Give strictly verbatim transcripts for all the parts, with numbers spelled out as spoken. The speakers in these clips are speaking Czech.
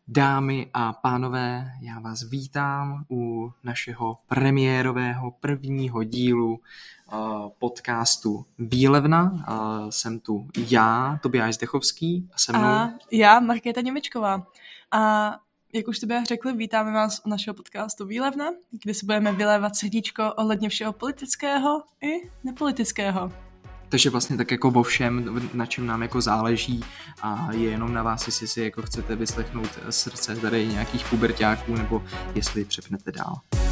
Dámy a pánové, já vás vítám u našeho premiérového prvního dílu uh, podcastu Výlevna. Uh, jsem tu já, Tobiáš Zdechovský, a se mnou... A já, Markéta Němečková. A jak už Tobiáš řekl, vítáme vás u našeho podcastu Výlevna, kde si budeme vylévat srdíčko ohledně všeho politického i nepolitického. Takže vlastně tak jako vo všem, na čem nám jako záleží, a je jenom na vás, jestli si jako chcete vyslechnout srdce tady nějakých puberťáků, nebo jestli přepnete dál.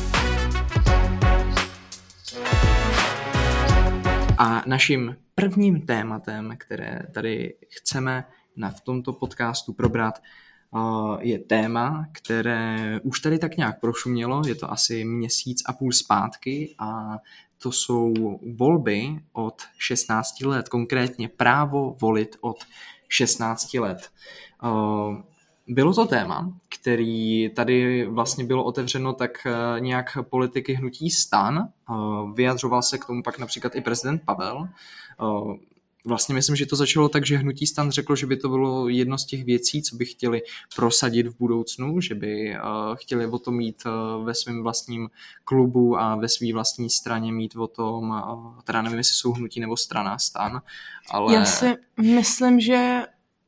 A naším prvním tématem, které tady chceme na, v tomto podcastu probrat, je téma, které už tady tak nějak prošumělo, je to asi měsíc a půl zpátky, a to jsou volby od šestnácti let, konkrétně právo volit od šestnácti let. Bylo to téma, který tady vlastně bylo otevřeno tak nějak politiky hnutí STAN, vyjadřoval se k tomu pak například i prezident Pavel. Vlastně myslím, že to začalo tak, že hnutí STAN řeklo, že by to bylo jedno z těch věcí, co by chtěli prosadit v budoucnu, že by uh, chtěli o tom mít uh, ve svém vlastním klubu a ve své vlastní straně mít o tom, uh, teda nevím, jestli jsou hnutí nebo strana STAN, ale... Já si myslím, že...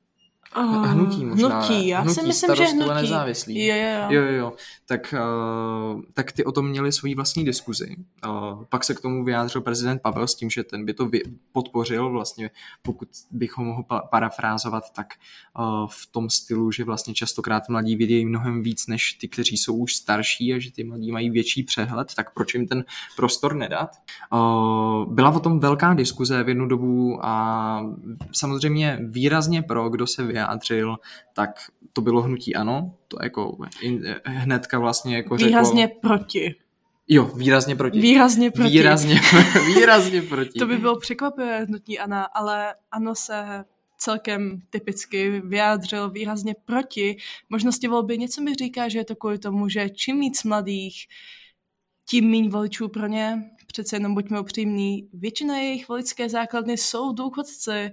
Uh, hnutí možná. Hnutí, já hnutí si myslím, že hnutí. Nezávislý. Jo, jo, jo. jo, jo. Tak, uh, tak ty o tom měli svoji vlastní diskuzi. Uh, pak se k tomu vyjádřil prezident Pavel s tím, že ten by to vy- podpořil, vlastně, pokud bychom ho pa- parafrázovat, tak uh, v tom stylu, že vlastně častokrát mladí vědějí mnohem víc než ty, kteří jsou už starší, a že ty mladí mají větší přehled, tak proč jim ten prostor nedat? Uh, byla o tom velká diskuze v jednu dobu a samozřejmě výrazně pro, kdo se vyjádřil, tak to bylo hnutí ANO, to jako in, hnedka vlastně jako výrazně řeklo... proti. Jo, výrazně proti. Výrazně proti. Výrazně, výrazně proti. To by bylo překvapivé hnutí ANO, ale ANO se celkem typicky vyjádřil výrazně proti možnosti volby. Něco mi říká, že je to kvůli tomu, že čím víc mladých, tím míň voličů pro ně. Přece jenom buďme upřímní, většina jejich voličské základny jsou důchodci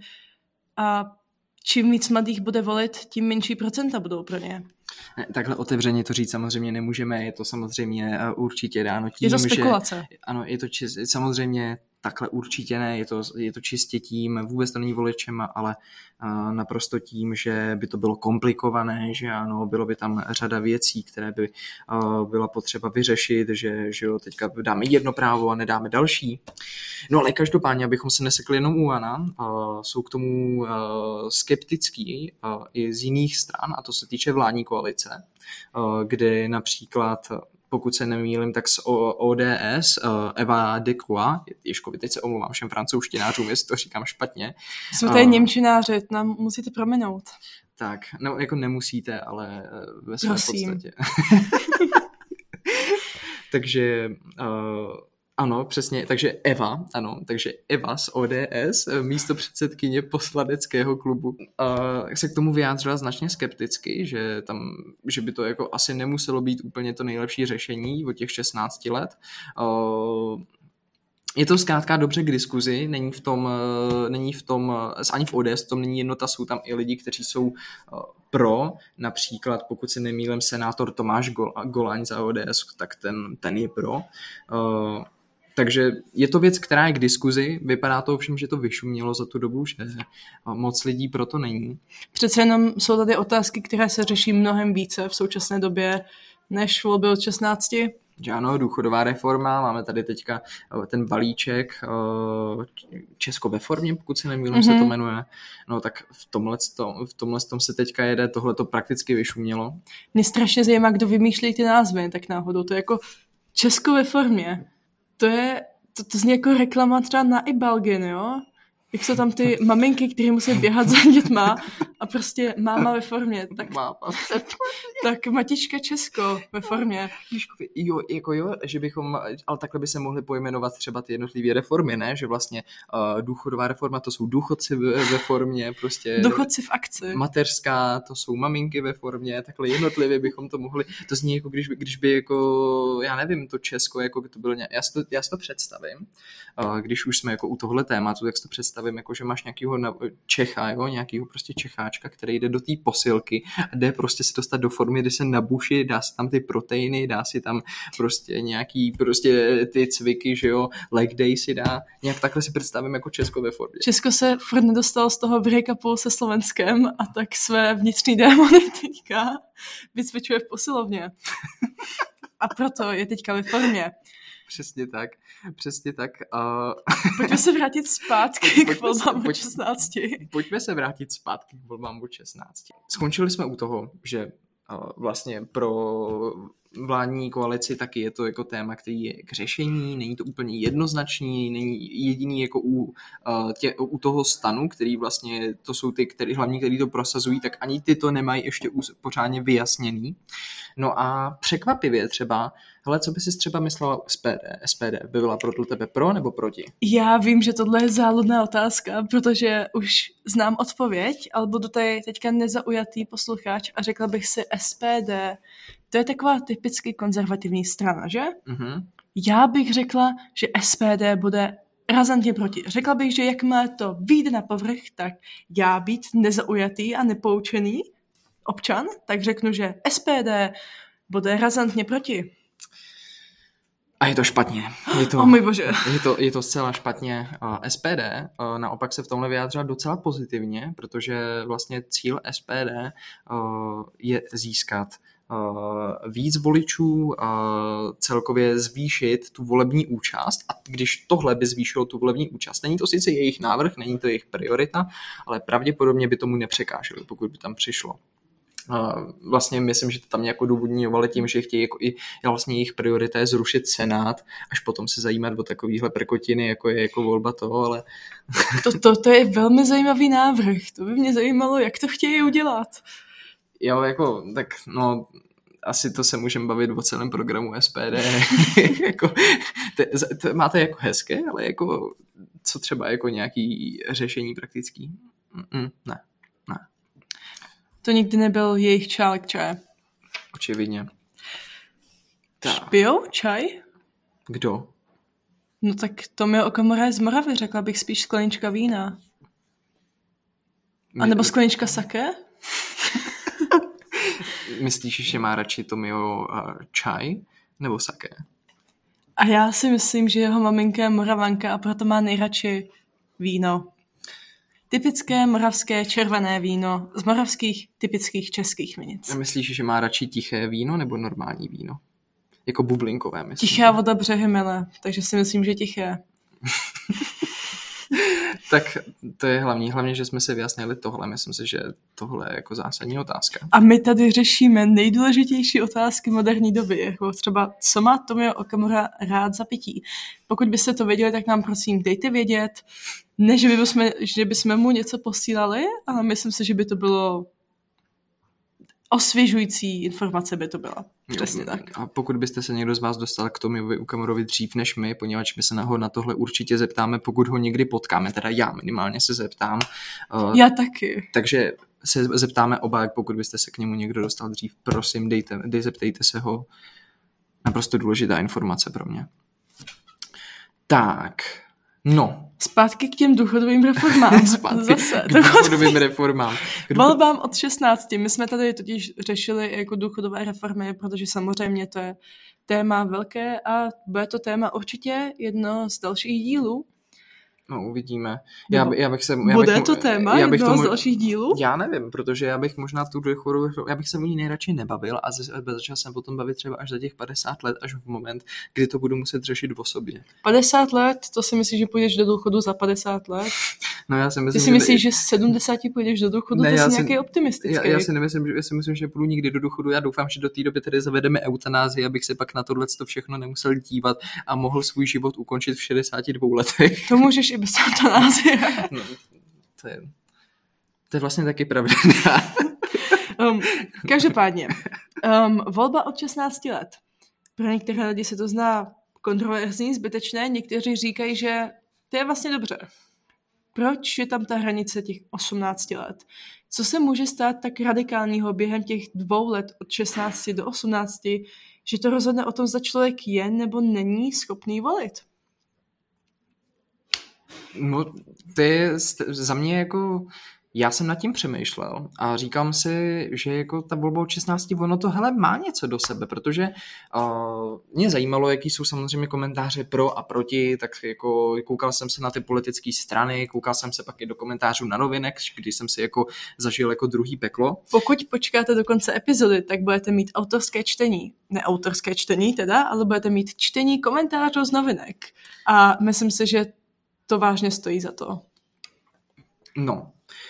a čím víc mladých bude volit, tím menší procenta budou pro ně. Ne, takhle otevřeně to říct samozřejmě nemůžeme, je to samozřejmě určitě dáno tím, je to spekulace. Že, ano, je to čist, samozřejmě takhle určitě ne, je to, je to čistě tím, vůbec to není voličem, ale uh, naprosto tím, že by to bylo komplikované, že ano, bylo by tam řada věcí, které by uh, byla potřeba vyřešit, že, že jo, teďka dáme jedno právo a nedáme další. No ale každopádně, abychom se nesekli jenom u ANO, uh, jsou k tomu uh, skeptický uh, i z jiných stran, a to se týče vládní koalice, uh, kde například... pokud se nemýlím, tak z O D S, uh, Eva Decroix, Ježkovi, teď se omlouvám všem francouzštinářům, jestli to říkám špatně. Jsou tady uh, němčináři, nám musíte prominout. Tak, no jako nemusíte, ale ve své Prosím. podstatě. Takže... Uh, Ano, přesně, takže Eva, ano, takže Eva z O D S, místo předsedkyně poslaneckého klubu, uh, se k tomu vyjádřila značně skepticky, že tam, že by to jako asi nemuselo být úplně to nejlepší řešení od těch šestnácti let. Uh, Je to zkrátka dobře k diskuzi, není v tom, není v tom, ani v O D S v tom není jednota, jsou tam i lidi, kteří jsou pro, například pokud se nemýlím senátor Tomáš Golaň za O D S, tak ten, ten je pro. Uh, Takže je to věc, která je k diskuzi. Vypadá to ovšem, že to vyšumělo za tu dobu, že moc lidí proto není. Přece jenom jsou tady otázky, které se řeší mnohem více v současné době, než volby od šestnácti. Že ano, důchodová reforma, máme tady teďka ten balíček Česko ve formě, pokud se nemýlím, mm-hmm. se to jmenuje. No tak v tomhle, v tomhle tom se teďka jede, tohle to prakticky vyšumělo. Mě strašně zajímá, kdo vymýšlí ty názvy, tak náhodou. To je jako Česko ve formě. To je, to, to zní jako reklama třeba na Ibalgin, jo? Jak jsou tam ty maminky, které musí běhat za dětma a prostě máma ve formě. Tak, tak matička Česko ve formě. Jo, jako jo, že bychom, ale takhle by se mohly pojmenovat třeba ty jednotlivé reformy, ne? Že vlastně uh, důchodová reforma, to jsou důchodci ve, ve formě, prostě... Důchodci v akci. Mateřská, to jsou maminky ve formě, takhle jednotlivě bychom to mohli, to zní jako když by, když by jako, já nevím, to Česko, jako to bylo nějak, já si to, já si to představím, uh, když už jsme jako u tohle tématu, tak si to představím představím, jako že máš nějakýho Čecha, jo, nějakýho prostě Čecháčka, který jde do té posilky a jde prostě se dostat do formy, kdy se nabuší, dá si tam ty proteiny, dá si tam prostě nějaký prostě ty cviky, že jo, leg day si dá, nějak takhle si představím jako Česko ve formě. Česko se furt nedostalo z toho break-upu se Slovenskem a tak své vnitřní démony teďka vycvičuje v posilovně. A proto je teďka ve formě. Přesně tak, přesně tak. Uh... Pojďme se vrátit zpátky k volbám od šestnácti. Pojďme se vrátit zpátky k volbám od šestnácti. Skončili jsme u toho, že uh, vlastně pro vládní koalici taky je to jako téma, který je k řešení, není to úplně jednoznačný, není jediný jako u, uh, tě, u toho stanu, který vlastně, to jsou ty, který, hlavní, který to prosazují, tak ani ty to nemají ještě pořádně vyjasněný. No a překvapivě třeba, hele, co by si třeba myslela S P D? S P D by byla pro tebe pro nebo proti? Já vím, že tohle je záludná otázka, protože už znám odpověď, ale budu tady teďka nezaujatý posluchač a řekla bych si S P D, to je taková typicky konzervativní strana, že? Mm-hmm. Já bych řekla, že S P D bude razantně proti. Řekla bych, že jakmile to vyjde na povrch, tak já být nezaujatý a nepoučený občan, tak řeknu, že S P D bude razantně proti. A je to špatně. Je to, oh můj bože. Je to, je to zcela špatně. S P D naopak se v tomhle vyjádřila docela pozitivně, protože vlastně cíl S P D je získat víc voličů, celkově zvýšit tu volební účast, a když tohle by zvýšilo tu volební účast, není to sice jejich návrh, není to jejich priorita, ale pravděpodobně by tomu nepřekáželi, pokud by tam přišlo. Vlastně myslím, že to tam nějak důvodňovali tím, že chtějí jako i vlastně jejich priorita je zrušit Senát, až potom se zajímat o takovýhle prkotiny, jako je jako volba toho, ale... to, to, to je velmi zajímavý návrh, to by mě zajímalo, jak to chtějí udělat. Jo, jako, tak no, asi to se můžeme bavit o celém programu S P D. jako, to, to máte jako hezké, ale jako, co třeba jako nějaký řešení praktický? Mm, ne, ne. To nikdy nebyl jejich čálek čaje. Očividně. Tak. Pijou čaj? Kdo? No tak Tomio Okamura je z Moravy, řekla bych spíš sklenička vína. A nebo sklenička sake? Myslíš, že má radši Tomio uh, čaj nebo sake? A já si myslím, že jeho maminka je Moravanka a proto má nejradši víno. Typické moravské červené víno z moravských typických českých vinic. A myslíš, že má radši tiché víno nebo normální víno? Jako bublinkové, myslím. Tichá voda břehy mele, takže si myslím, že tiché. Tak to je hlavní, hlavně, že jsme si vyjasnili tohle. Myslím si, že tohle je jako zásadní otázka. A my tady řešíme nejdůležitější otázky moderní doby, jako třeba, co má Tomio Okamura rád za pití. Pokud byste to věděli, tak nám prosím dejte vědět. Ne, že bychom, že bychom mu něco posílali, ale myslím si, že by to bylo osvěžující informace by to byla. Přesně jo, tak. A pokud byste se někdo z vás dostal k Tomiovi Okamurovi dřív než my, poněvadž my se na ho na tohle určitě zeptáme, pokud ho někdy potkáme, teda já minimálně se zeptám. Já taky. Takže se zeptáme oba, pokud byste se k němu někdo dostal dřív, prosím, dejte, dej, zeptejte se ho. Naprosto důležitá informace pro mě. Tak, no. Zpátky k těm důchodovým reformám. Zpátky Zase. k důchodovým reformám. K volbám od šestnácti. My jsme tady totiž řešili jako důchodové reformy, protože samozřejmě to je téma velké a bude to téma určitě jedno z dalších dílů. No, uvidíme. Já, já bych se, já bude bych, to téma já bych jednoho tomu, z dalších dílů? Já nevím, protože já bych možná tu důchodovou, já bych se o ní nejradši nebavil a začal jsem potom bavit třeba až za těch padesát let, až v moment, kdy to budu muset řešit v osobě. padesát let? To si myslíš, že půjdeš do důchodu za padesát let? No, já si myslím, Ty si myslíš, že, že z sedmdesáti půjdeš do důchodu? Ne, to jsi nějaký optimistický. Já, já si nemyslím, že, já si myslím, že půjdu nikdy do důchodu. Já doufám, že do té doby tady zavedeme eutanázii, abych se pak na tohle všechno nemusel dívat a mohl svůj život ukončit v šedesáti dvou letech. To můžeš i bez eutanázie. No, to je, to je vlastně taky pravda. um, každopádně, um, volba od šestnácti let. Pro některé lidi se to zná kontroverzní, zbytečné, někteří říkají, že to je vlastně dobře. Proč je tam ta hranice těch osmnácti let? Co se může stát tak radikálního během těch dvou let od šestnácti do osmnácti, že to rozhodne o tom, zda člověk je nebo není schopný volit? No, ty za mě jako, já jsem nad tím přemýšlel a říkám si, že jako ta volba od šestnácti, ono to hele má něco do sebe, protože uh, mě zajímalo, jaký jsou samozřejmě komentáře pro a proti, tak jako koukal jsem se na ty politické strany, koukal jsem se pak i do komentářů na novinek, když jsem si jako zažil jako druhý peklo. Pokud počkáte do konce epizody, tak budete mít autorské čtení. Ne autorské čtení teda, ale budete mít čtení komentářů z novinek. A myslím si, že to vážně stojí za to. No.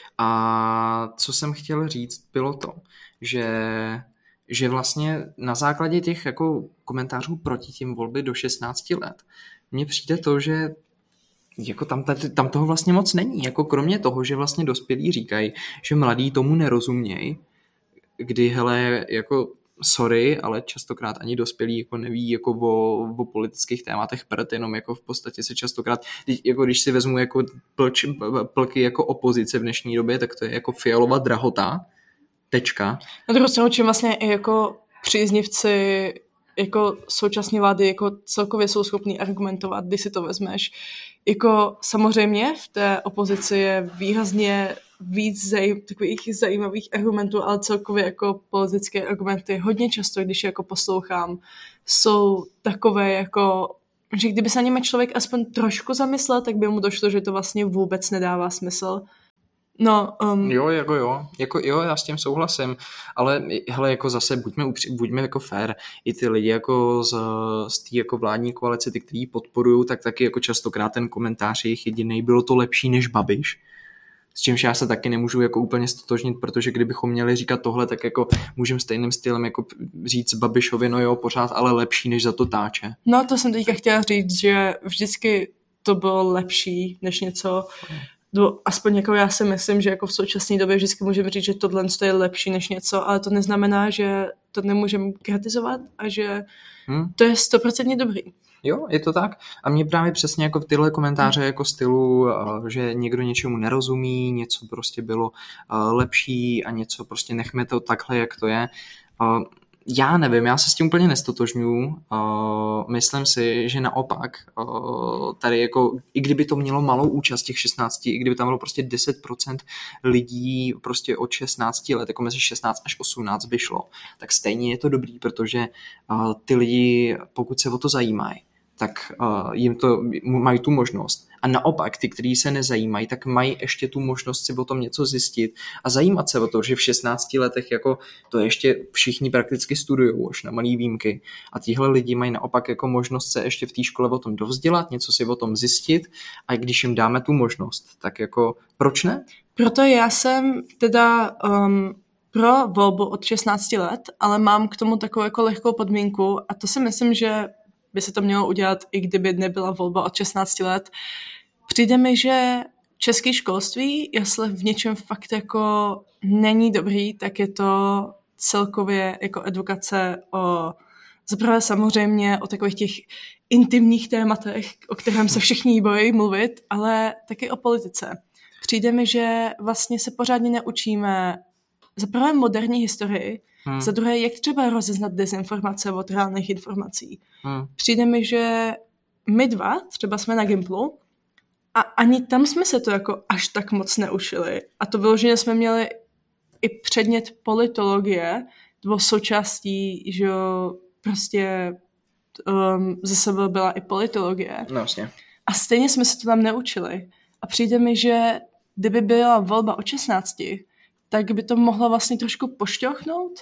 A co jsem chtěl říct, bylo to, že, že vlastně na základě těch jako komentářů proti tím volby do šestnácti let mně přijde to, že jako tam, tam toho vlastně moc není. Jako kromě toho, že vlastně dospělí říkají, že mladí tomu nerozumějí, kdy hele, jako sorry, ale častokrát ani dospělí jako neví jako o, o politických tématech prd, jenom jako v podstatě se častokrát, jako když si vezmu jako plč, plky jako opozice v dnešní době, tak to je jako Fialova drahota, tečka. Na druhou stranu, čím vlastně i jako příznivci jako současné vlády jako celkově jsou schopní argumentovat, když si to vezmeš. Jako samozřejmě v té opozici je výrazně víc zaj, takových zajímavých argumentů, ale celkově jako politické argumenty hodně často, když jako poslouchám, jsou takové jako, že kdyby se na něm člověk aspoň trošku zamyslel, tak by mu došlo, že to vlastně vůbec nedává smysl. No, um... Jo, jako jo, jako jo, já s tím souhlasím, ale hele, jako zase buďme, upří, buďme jako fair, i ty lidi jako z, z té jako vládní koalice, ty, kteří podporují, tak taky jako častokrát ten komentář jejich jediný, bylo to lepší než Babiš, s čímž já se taky nemůžu jako úplně stotožnit, protože kdybychom měli říkat tohle, tak jako můžeme stejným stylem jako říct Babišovi, no jo, pořád, ale lepší než za to táče. No, to jsem teďka chtěla říct, že vždycky to bylo lepší než něco. No, aspoň jako já si myslím, že jako v současné době vždycky můžeme říct, že tohle je lepší než něco, ale to neznamená, že to nemůžeme kritizovat a že hmm. to je stoprocentně dobrý. Jo, je to tak. A mě právě přesně jako v tyhle komentáře hmm. jako stylu, že někdo něčemu nerozumí, něco prostě bylo lepší a něco prostě nechme to takhle, jak to je. Já nevím, já se s tím úplně nestotožňuji. Uh, myslím si, že naopak uh, tady jako, i kdyby to mělo malou účast těch šestnácti, i kdyby tam bylo prostě deset procent lidí prostě od šestnácti let, jako mezi šestnáct až osmnáct by šlo, tak stejně je to dobrý, protože uh, ty lidi, pokud se o to zajímají, tak uh, jim to mají tu možnost. A naopak, ty, kteří se nezajímají, tak mají ještě tu možnost si o tom něco zjistit a zajímat se o to, že v šestnácti letech jako to ještě všichni prakticky studujou, až na malý výjimky. A tihle lidi mají naopak jako možnost se ještě v té škole o tom dovzdělat, něco si o tom zjistit a když jim dáme tu možnost, tak jako proč ne? Proto já jsem teda um, pro volbu od šestnácti let, ale mám k tomu takovou jako lehkou podmínku a to si myslím, že by se to mělo udělat, i kdyby nebyla volba od šestnácti let. Přijde mi, že české školství, jestli v něčem fakt jako není dobrý, tak je to celkově jako edukace o, zaprvé samozřejmě o takových těch intimních tématech, o kterém se všichni bojí mluvit, ale taky o politice. Přijde mi, že vlastně se pořádně neučíme zaprvé moderní historii, Hmm. za druhé, jak třeba rozeznat dezinformace od reálných informací. Hmm. Přijde mi, že my dva, třeba jsme na Gimplu, a ani tam jsme se to jako až tak moc neučili. A to bylo, že jsme měli i předmět politologie, to bylo součástí, že prostě um, ze sebe byla i politologie. No, vlastně. A stejně jsme se to tam neučili. A přijde mi, že kdyby byla volba od šestnácti, tak by to mohlo vlastně trošku pošťochnout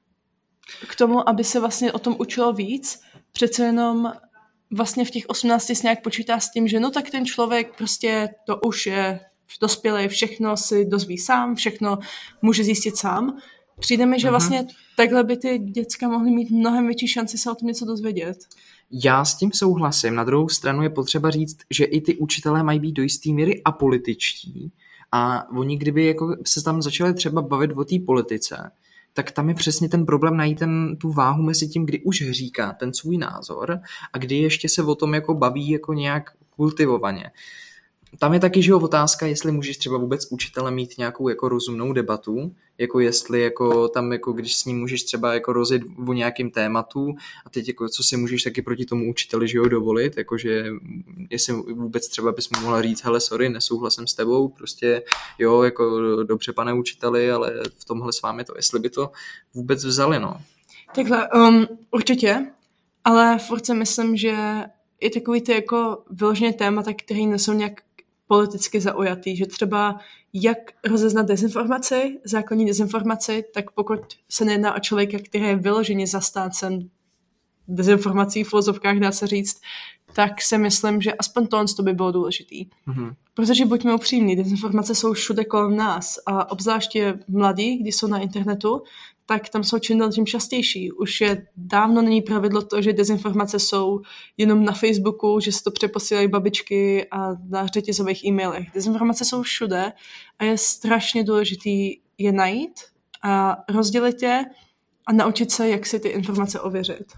k tomu, aby se vlastně o tom učilo víc. Přece jenom vlastně v těch osmnácti se nějak počítá s tím, že no tak ten člověk prostě to už je dospělý, všechno si dozví sám, všechno může zjistit sám. Přijde mi, že vlastně takhle by ty děcka mohly mít mnohem větší šanci se o tom něco dozvědět. Já s tím souhlasím. Na druhou stranu je potřeba říct, že i ty učitelé mají být do jisté míry apolitičtí a oni kdyby jako se tam začali třeba bavit o té politice, tak tam je přesně ten problém najít ten, tu váhu mezi tím, kdy už říká ten svůj názor a kdy ještě se o tom jako baví jako nějak kultivovaně. tam je taky, že jo, otázka, jestli můžeš třeba vůbec s učitelem mít nějakou jako rozumnou debatu, jako jestli jako tam, jako když s ním můžeš třeba jako rozjet o nějakým tématu a teď jako co si můžeš taky proti tomu učiteli, že jo, dovolit, jakože jestli vůbec třeba bys mu mohla říct, hele, sorry, nesouhlasím s tebou, prostě jo, jako dobře, pane učiteli, ale v tomhle s vámi to, jestli by to vůbec vzali, no. Takhle, um, určitě, ale furt si myslím, že je takový ty jako vyloženě témata, které nejsou nějak politicky zaujatý, že třeba jak rozeznat dezinformaci, základní dezinformaci, tak pokud se nejedná o člověka, který je vyloženě zastáncem dezinformací v filozofkách, dá se říct, tak si myslím, že aspoň to, to by bylo důležitý. Mm-hmm. Protože buďme upřímní, dezinformace jsou všude kolem nás a obzvláště mladí, když jsou na internetu, tak tam jsou čím dál tím častější. Už je dávno není pravidlo to, že dezinformace jsou jenom na Facebooku, že se to přeposílají babičky a na řetězových e-mailech. Dezinformace jsou všude a je strašně důležitý je najít a rozdělit je a naučit se, jak si ty informace ověřit.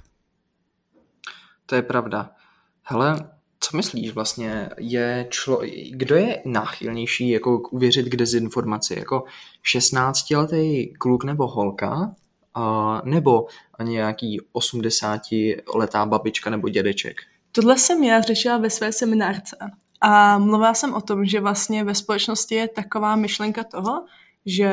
To je pravda. Hele, co myslíš vlastně, je člo... kdo je náchylnější jako uvěřit k dezinformaci? Jako šestnáctiletý kluk nebo holka? A nebo nějaký osmdesátiletá babička nebo dědeček? Tohle jsem já řešila ve své seminárce. A mluvila jsem o tom, že vlastně ve společnosti je taková myšlenka toho, že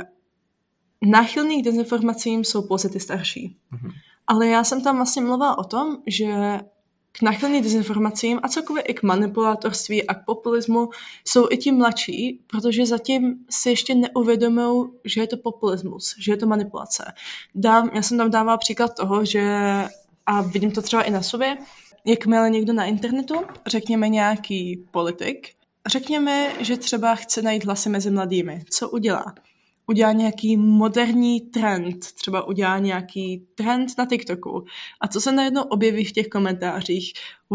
náchylní k dezinformacím jsou pouze ty starší. Mhm. Ale já jsem tam vlastně mluvila o tom, že k náchylným dezinformacím a celkově i k manipulátorství a k populismu jsou i ti mladší, protože zatím si ještě neuvědomují, že je to populismus, že je to manipulace. Dám, já jsem tam dávala příklad toho, že, a vidím to třeba i na sobě, jakmile někdo na internetu, řekněme nějaký politik, řekněme, že třeba chce najít hlasy mezi mladými. Co udělá? Udělá nějaký moderní trend, třeba udělá nějaký trend na TikToku. A co se najednou objeví v těch komentářích?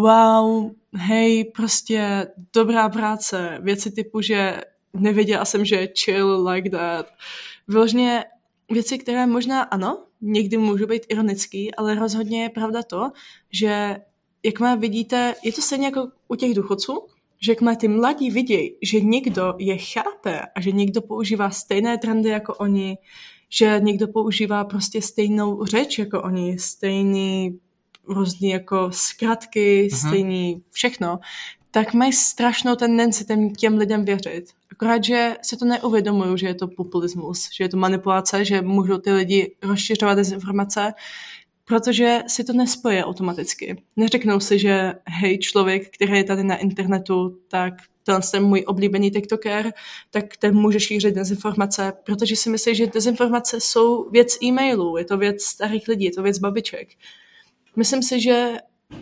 Wow, hej, prostě dobrá práce. Věci typu, že nevěděla jsem, že chill like that. Vyloženě věci, které možná ano, někdy můžou být ironický, ale rozhodně je pravda to, že jakmile vidíte, je to stejně jako u těch důchodců, že jakmile ty mladí vidějí, že někdo je chápe a že někdo používá stejné trendy jako oni, že někdo používá prostě stejnou řeč jako oni, stejný různý jako zkratky, uh-huh. stejný všechno, tak mají strašnou tendenci těm, těm lidem věřit. Akorát, že si to neuvědomují, že je to populismus, že je to manipulace, že můžou ty lidi rozšiřovat dezinformace, protože si to nespojí automaticky. Neřeknou si, že hej, člověk, který je tady na internetu, tak ten je můj oblíbený tiktoker, tak ten může šířit dezinformace, protože si myslí, že dezinformace jsou věc e-mailů, je to věc starých lidí, je to věc babiček. Myslím si, že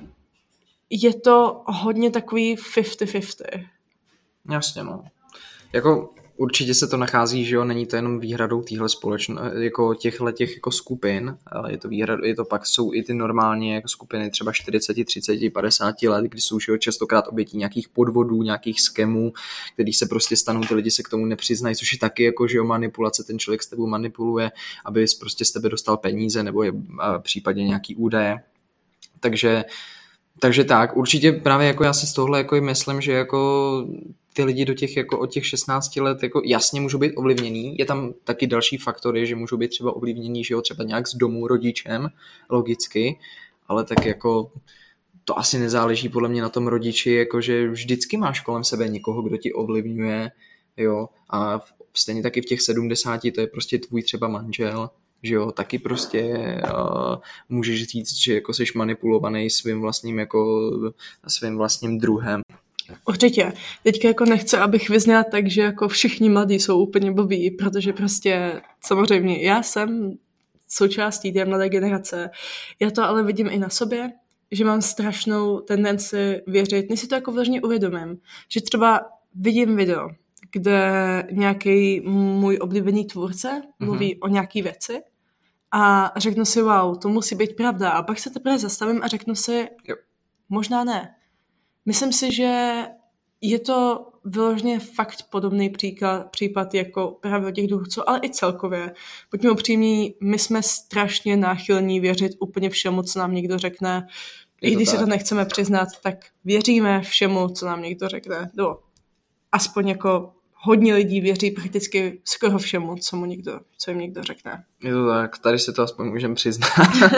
je to hodně takový padesát na padesát. Jasně, no. Jako určitě se to nachází, že jo, není to jenom výhradou téhle společnosti, jako těchhle těch jako skupin, ale je to výhrad, je to pak jsou i ty normálně jako skupiny třeba čtyřicet, třicet, padesát let, kdy jsou že jo, častokrát obětí nějakých podvodů, nějakých skemů, který se prostě stanou, ty lidi se k tomu nepřiznají, což je taky jako, že jo, manipulace, ten člověk s tebou manipuluje, aby prostě z tebe dostal peníze nebo je, případně nějaký údaje. Takže Takže tak, určitě právě jako já si z tohle jako myslím, že jako ty lidi do těch jako od těch šestnácti let jako jasně můžou být ovlivněný. Je tam taky další faktory, že můžou být třeba ovlivnění, že jo, třeba nějak z domu rodičem, logicky, ale tak jako to asi nezáleží podle mě na tom rodiči, jakože vždycky máš kolem sebe někoho, kdo ti ovlivňuje, jo, a stejně taky v těch sedmdesáti to je prostě tvůj třeba manžel, že jo, taky prostě uh, můžeš říct, že jako jsi manipulovaný svým vlastním jako svým vlastním druhem. Určitě. Teďka jako nechci, abych vyzněla tak, že jako všichni mladí jsou úplně blbí, protože prostě samozřejmě já jsem součástí té mladé generace. Já to ale vidím i na sobě, že mám strašnou tendenci věřit, než si to jako vložně uvědomím, že třeba vidím video, kde nějaký můj oblíbený tvůrce mluví mm-hmm. o nějaký věci a řeknu si, wow, to musí být pravda. A pak se teprve zastavím a řeknu si, jo. možná ne. Myslím si, že je to vyloženě fakt podobný příklad, případ jako právě o těch důchodců, ale i celkově. Buďme upřímní, my jsme strašně náchylní věřit úplně všemu, co nám někdo řekne. I když si to nechceme přiznat, tak věříme všemu, co nám někdo řekne. No. aspoň jako hodně lidí věří prakticky skoro všemu, co mu někdo, co jim někdo řekne. Je to tak, tady se to aspoň můžeme přiznat.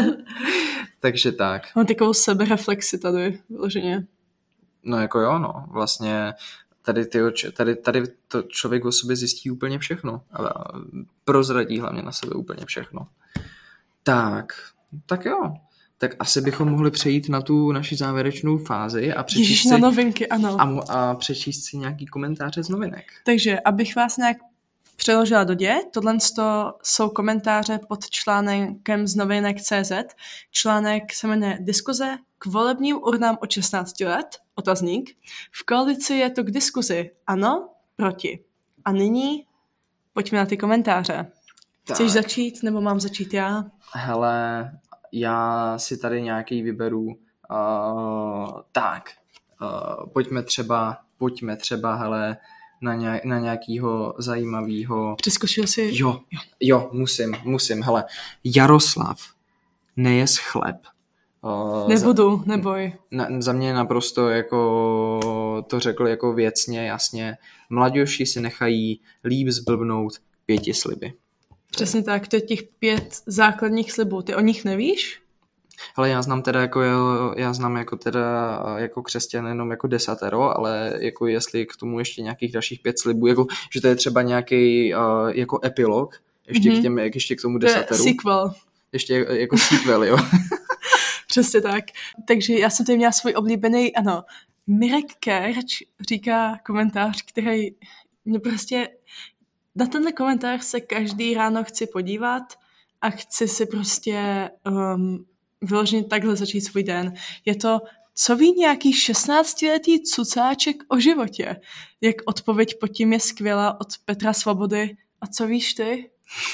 Takže tak. Mám takovou sebereflexi tady, vyloženě. No jako jo, no. Vlastně tady, ty, tady, tady to člověk o sobě zjistí úplně všechno. A prozradí hlavně na sebe úplně všechno. Tak, tak jo. Tak asi bychom mohli přejít na tu naši závěrečnou fázi a přečíst Ježiš, si, na novinky, ano. A, a přečíst si nějaký komentáře z novinek. Takže, abych vás nějak přeložila do děje, tohle jsou komentáře pod článkem z novinek tečka cé zet. Článek se jmenuje Diskuze k volebním urnám od šestnácti let, otazník. V koalici je to k diskuzi ano, proti. A nyní pojďme na ty komentáře. Tak. Chceš začít, nebo mám začít já? Hele, já si tady nějaký vyberu. Uh, tak, uh, pojďme třeba, pojďme třeba, hele, na, nějak, na nějakýho zajímavýho... Přeskočil jsi? Jo, jo, musím, musím, hele. Jaroslav, nejes chleb. Uh, Nebudu, za, neboj. Na, za mě naprosto jako to řekl jako věcně, jasně. Mladější si nechají líp zblbnout pěti sliby. Přesně tak, to je těch pět základních slibů. Ty o nich nevíš? Ale já znám teda jako, já znám jako teda jako křesťan jenom jako desatero, ale jako jestli k tomu ještě nějakých dalších pět slibů, jako, že to je třeba nějaký uh, jako epilog, ještě, mm-hmm. k těm, ještě k tomu desateru. To je sequel. Ještě jako sequel, jo. Přesně tak. Takže já jsem tady měla svůj oblíbený, ano, Mirek Kerč říká komentář, který mě prostě, na tenhle komentář se každý ráno chci podívat a chci si prostě um, vyloženě takhle začít svůj den. Je to, co ví nějaký šestnáctiletý cucáček o životě? Jak odpověď pod tím je skvělá od Petra Svobody. A co víš ty?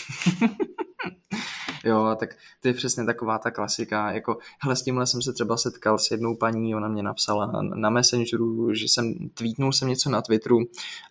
Jo, tak to je přesně taková ta klasika, jako, hele, s tímhle jsem se třeba setkal s jednou paní, ona mě napsala na Messengeru, že jsem, tweetnul jsem něco na Twitteru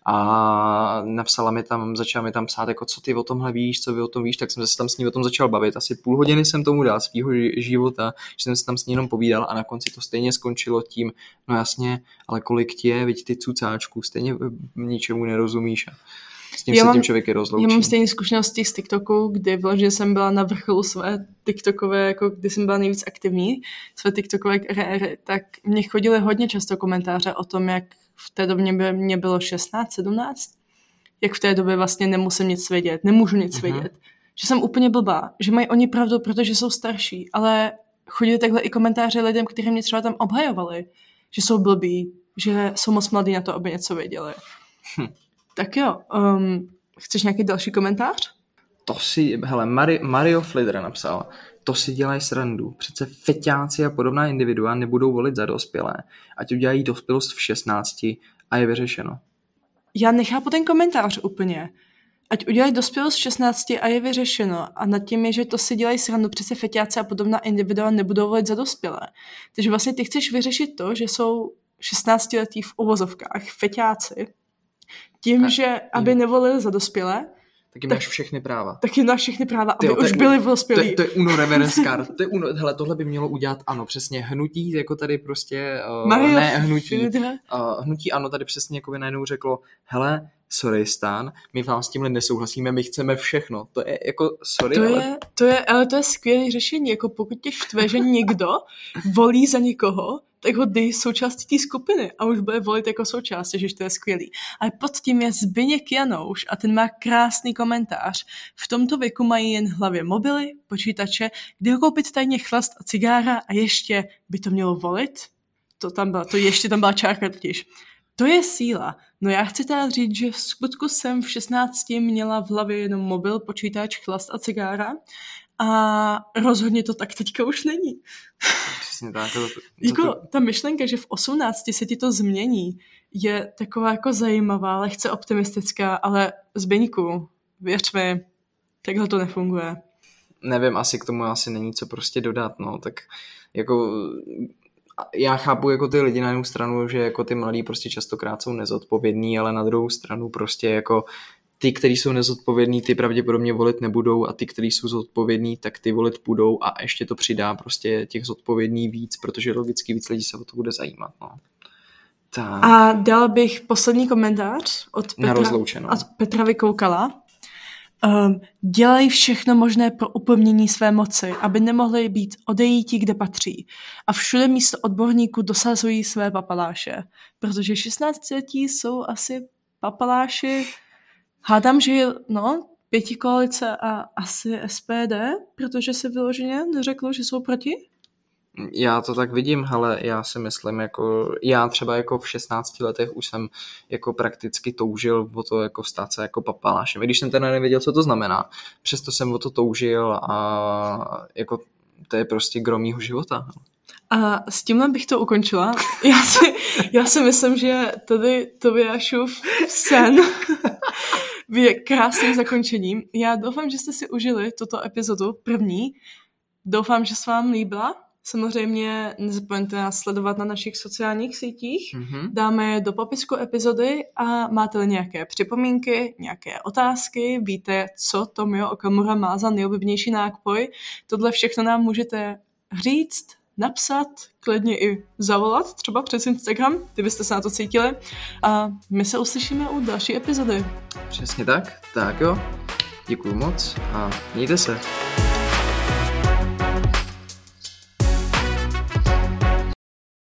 a napsala mi tam, začala mi tam psát, jako, co ty o tomhle víš, co vy o tom víš, tak jsem se tam s ní o tom začal bavit, asi půl hodiny jsem tomu dal svýho života, že jsem se tam s ní jenom povídal a na konci to stejně skončilo tím, no jasně, ale kolik ti je, viď ty cucáčku, stejně ničemu nerozumíš. S tím já se mám, tím člověk je rozloučí. Já mám stejné zkušenosti z TikToku, kdy vložně jsem byla na vrcholu své TikTokové, jako kdy jsem byla nejvíc aktivní, své TikTokové kariéry, tak mě chodily hodně často komentáře o tom, jak v té době by mě bylo šestnáct, sedmnáct, jak v té době vlastně nemusím nic vědět, nemůžu nic uh-huh. vědět, že jsem úplně blbá, že mají oni pravdu, protože jsou starší, ale chodili takhle i komentáře lidem, kteří mě třeba tam obhajovali, že jsou blbí, že jsou moc mladí na to, aby něco věděli. Hm. Tak jo, um, chceš nějaký další komentář? To si, hele, Mari, Mario Flidr napsal, to si dělají srandu. Přece feťáci a podobná individua nebudou volit za dospělé. Ať udělají dospělost v šestnácti a je vyřešeno. Já nechápu ten komentář úplně. Ať udělají dospělost v šestnácti a je vyřešeno. A nad tím je, že to si dělají srandu. Přece feťáci a podobná individua nebudou volit za dospělé. Takže vlastně ty chceš vyřešit to, že jsou šestnáctiletí v uvozovkách feťáci, tím, tak, že aby nevolili za dospělé, tak jim máš všechny práva. Tak jim máš všechny práva, aby Tyjo, už byli dospělí. To, to je uno reverse card. To je uno, hele, tohle by mělo udělat ano, přesně hnutí, jako tady prostě, uh, ne hnutí, uh, hnutí ano, tady přesně jako by najednou řeklo, hele, sorry stan, my vám s tímhle nesouhlasíme, my chceme všechno. To je jako, sorry, to ale... Je, to je, ale to je skvělé řešení, jako pokud tě štve, že někdo volí za někoho, tak ho dej součástí té skupiny a už bude volit jako součást, že to je skvělý. Ale pod tím je Zbyněk Janouš a ten má krásný komentář. V tomto věku mají jen v hlavě mobily, počítače, kde ho koupit tajně chlast a cigára a ještě by to mělo volit? To tam byla, to ještě tam byla čárka totiž. To je síla. No já chci teda říct, že v skutku jsem v šestnácti měla v hlavě jenom mobil, počítač, chlast a cigára a rozhodně to tak teďka už není. Přesně tak. To, to, jako to... ta myšlenka, že v osmnácti se ti to změní, je taková jako zajímavá, lehce optimistická, ale Zbyňku, věř mi, takhle to nefunguje. Nevím, asi k tomu asi není co prostě dodat, no, tak jako... Já chápu jako ty lidi na jednu stranu, že jako ty mladí prostě častokrát jsou nezodpovědní, ale na druhou stranu prostě jako ty, kteří jsou nezodpovědní, ty pravděpodobně volit nebudou a ty, kteří jsou zodpovědní, tak ty volit budou a ještě to přidá prostě těch zodpovědní víc, protože logicky víc lidí se o to bude zajímat, no. Tak. A dala bych poslední komentář od Na Petra, rozloučenou. od Petra Vykoukala. Um, dělají všechno možné pro upevnění své moci, aby nemohli být odejíti, kde patří. A všude místo odborníků dosazují své papaláše. Protože šestnáctiletí jsou asi papaláši. Hádám, že je, no, pětikoalice a asi S P D, protože se vyloženě neřeklo, že jsou proti. Já to tak vidím, ale já si myslím, jako já třeba jako v šestnácti letech už jsem jako prakticky toužil o to jako stát se jako papalášem. I když jsem teda nevěděl, co to znamená, přesto jsem o to toužil a jako to je prostě gro mýho života. A s tímhle bych to ukončila. Já si, já si myslím, že tady Tobiášův sen je krásným zakončením. Já doufám, že jste si užili tuto epizodu první. Doufám, že se vám líbila. Samozřejmě nezapomeňte nás sledovat na našich sociálních sítích. Mm-hmm. Dáme je do popisku epizody a máte-li nějaké připomínky, nějaké otázky, víte, co Tomio Okamura má za nejoblíbenější nápoj. Tohle všechno nám můžete říct, napsat, klidně i zavolat, třeba přes Instagram, kdybyste se na to cítili. A my se uslyšíme u další epizody. Přesně tak. Tak jo. Děkuju moc a mějte se.